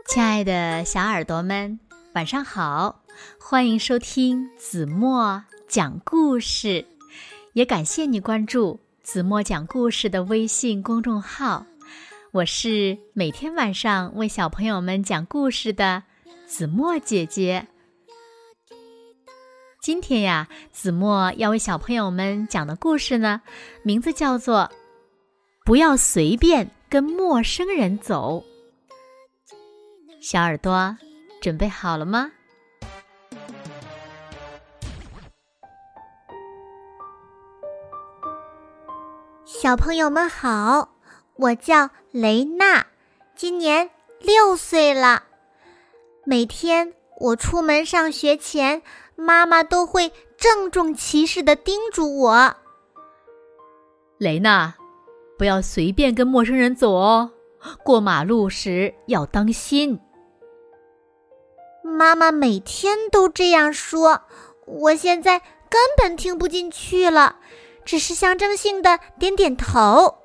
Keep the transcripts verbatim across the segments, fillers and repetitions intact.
亲爱的小耳朵们，晚上好，欢迎收听子墨讲故事，也感谢你关注子墨讲故事的微信公众号。我是每天晚上为小朋友们讲故事的子墨姐姐。今天呀，子墨要为小朋友们讲的故事呢，名字叫做不要随便跟陌生人走。小耳朵准备好了吗？ 小朋友们好，我叫雷娜，今年六岁了。每天我出门上学前，妈妈都会郑重其事地叮嘱我： 雷娜，不要随便跟陌生人走哦，过马路时要当心。 妈妈每天都这样说，我现在根本听不进去了，只是象征性的点点头。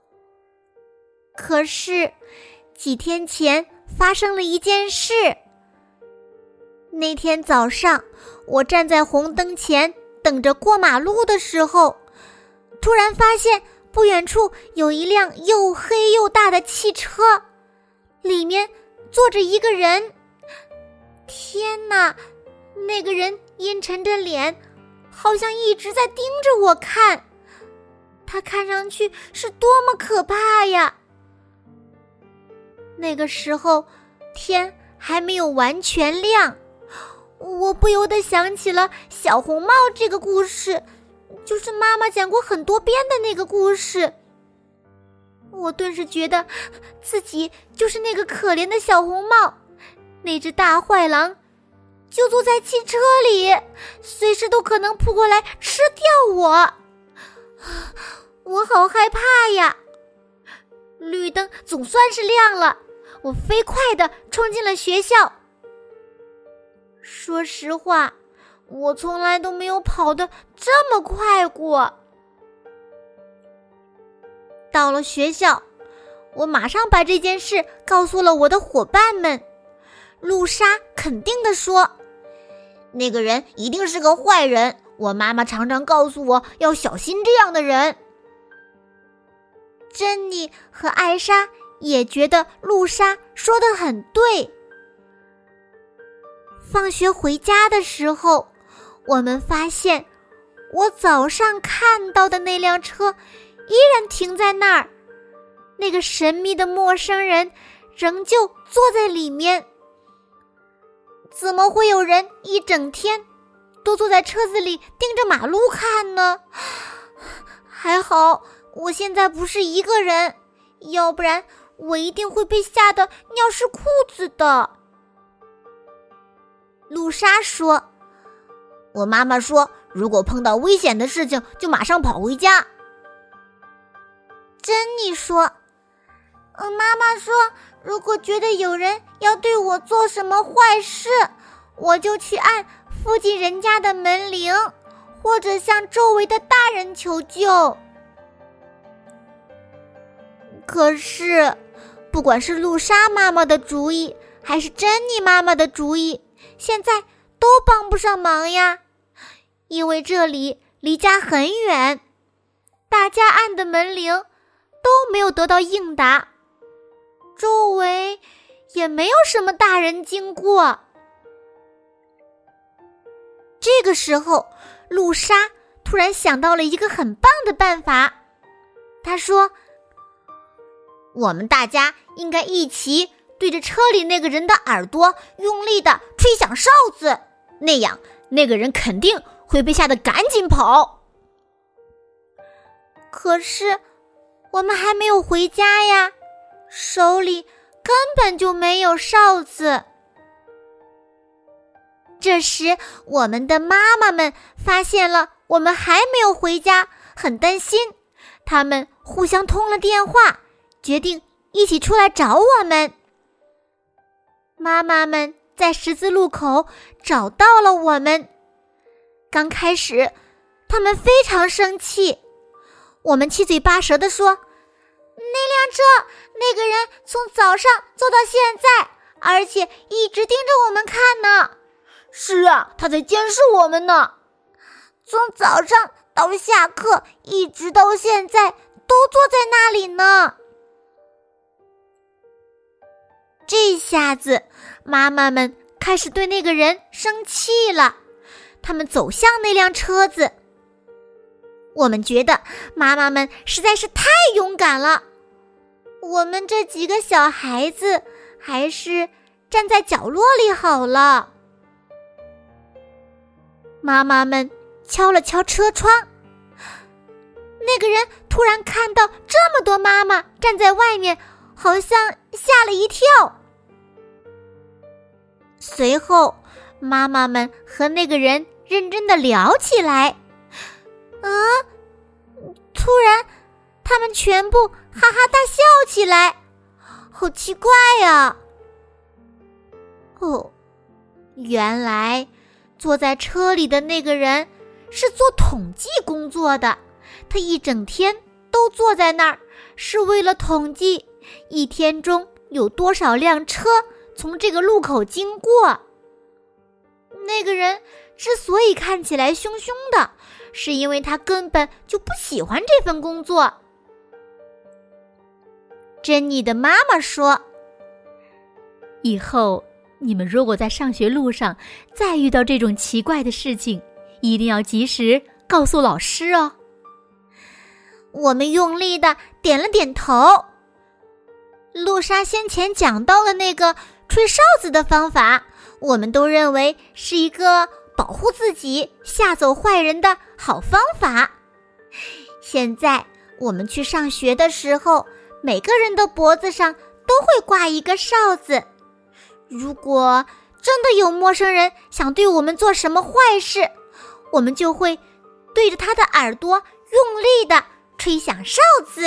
可是几天前发生了一件事。那天早上，我站在红灯前等着过马路的时候，突然发现不远处有一辆又黑又大的汽车，里面坐着一个人。天哪，那个人阴沉着脸，好像一直在盯着我看，他看上去是多么可怕呀！那个时候天还没有完全亮，我不由得想起了小红帽这个故事，就是妈妈讲过很多遍的那个故事。我顿时觉得自己就是那个可怜的小红帽，那只大坏狼就坐在汽车里，随时都可能扑过来吃掉我。我好害怕呀！绿灯总算是亮了，我飞快地冲进了学校。说实话，我从来都没有跑得这么快过。到了学校，我马上把这件事告诉了我的伙伴们。露莎肯定地说，那个人一定是个坏人，我妈妈常常告诉我要小心这样的人。珍妮和艾莎也觉得露莎说得很对。放学回家的时候，我们发现我早上看到的那辆车依然停在那儿，那个神秘的陌生人仍旧坐在里面。怎么会有人一整天都坐在车子里盯着马路看呢？还好我现在不是一个人，要不然我一定会被吓得尿湿裤子的。露莎说，我妈妈说，如果碰到危险的事情就马上跑回家。珍妮说，嗯，妈妈说，如果觉得有人要对我做什么坏事，我就去按附近人家的门铃，或者向周围的大人求救。可是，不管是露莎妈妈的主意，还是珍妮妈妈的主意，现在都帮不上忙呀，因为这里离家很远，大家按的门铃都没有得到应答，周围也没有什么大人经过。这个时候，露莎突然想到了一个很棒的办法。她说，我们大家应该一起对着车里那个人的耳朵用力地吹响哨子，那样那个人肯定会被吓得赶紧跑。可是我们还没有回家呀，手里根本就没有哨子。这时我们的妈妈们发现了我们还没有回家，很担心，他们互相通了电话，决定一起出来找我们。妈妈们在十字路口找到了我们。刚开始他们非常生气，我们七嘴八舌地说，那辆车那个人从早上坐到现在， 而且一直盯着我们看呢。 是啊，他在监视我们呢。 从早上到下课，一直到现在，都坐在那里呢。这下子，妈妈们开始对那个人生气了。他们走向那辆车子。我们觉得妈妈们实在是太勇敢了。我们这几个小孩子还是站在角落里好了。妈妈们敲了敲车窗。那个人突然看到这么多妈妈站在外面，好像吓了一跳。随后，妈妈们和那个人认真地聊起来。啊！突然，他们全部哈哈大笑起来，好奇怪呀！哦，原来坐在车里的那个人是做统计工作的，他一整天都坐在那儿，是为了统计一天中有多少辆车从这个路口经过。那个人之所以看起来凶凶的，是因为他根本就不喜欢这份工作。珍妮的妈妈说， 以后你们如果在上学路上再遇到这种奇怪的事情，一定要及时告诉老师哦。 我们用力地点了点头。露莎先前讲到的那个吹哨子的方法，我们都认为是一个保护自己、吓走坏人的好方法。现在我们去上学的时候，每个人的脖子上都会挂一个哨子。如果真的有陌生人想对我们做什么坏事，我们就会对着他的耳朵用力地吹响哨子。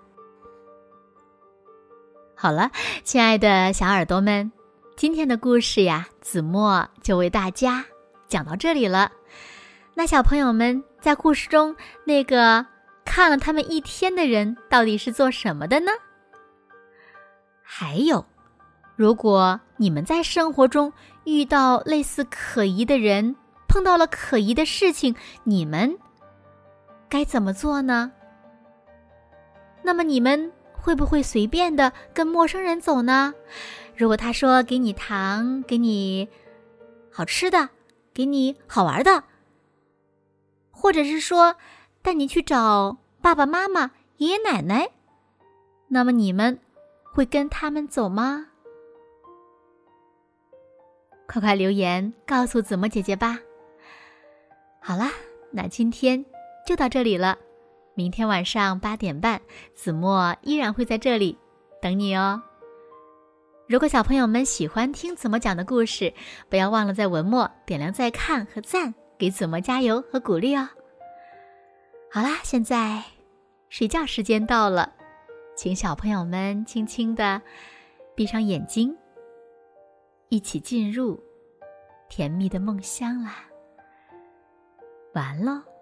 好了，亲爱的小耳朵们，今天的故事呀，子墨就为大家讲到这里了。那小朋友们，在故事中那个看了他们一天的人到底是做什么的呢？还有，如果你们在生活中遇到类似可疑的人，碰到了可疑的事情，你们该怎么做呢？那么你们会不会随便的跟陌生人走呢？如果他说给你糖，给你好吃的，给你好玩的，或者是说带你去找爸爸妈妈、爷爷奶奶，那么你们会跟他们走吗？快快留言告诉子墨姐姐吧。好啦，那今天就到这里了。明天晚上八点半，子墨依然会在这里等你哦。如果小朋友们喜欢听子墨讲的故事，不要忘了在文末点亮再看和赞，给子墨加油和鼓励哦。好啦，现在睡觉时间到了，请小朋友们轻轻地闭上眼睛，一起进入甜蜜的梦乡啦。晚安喽。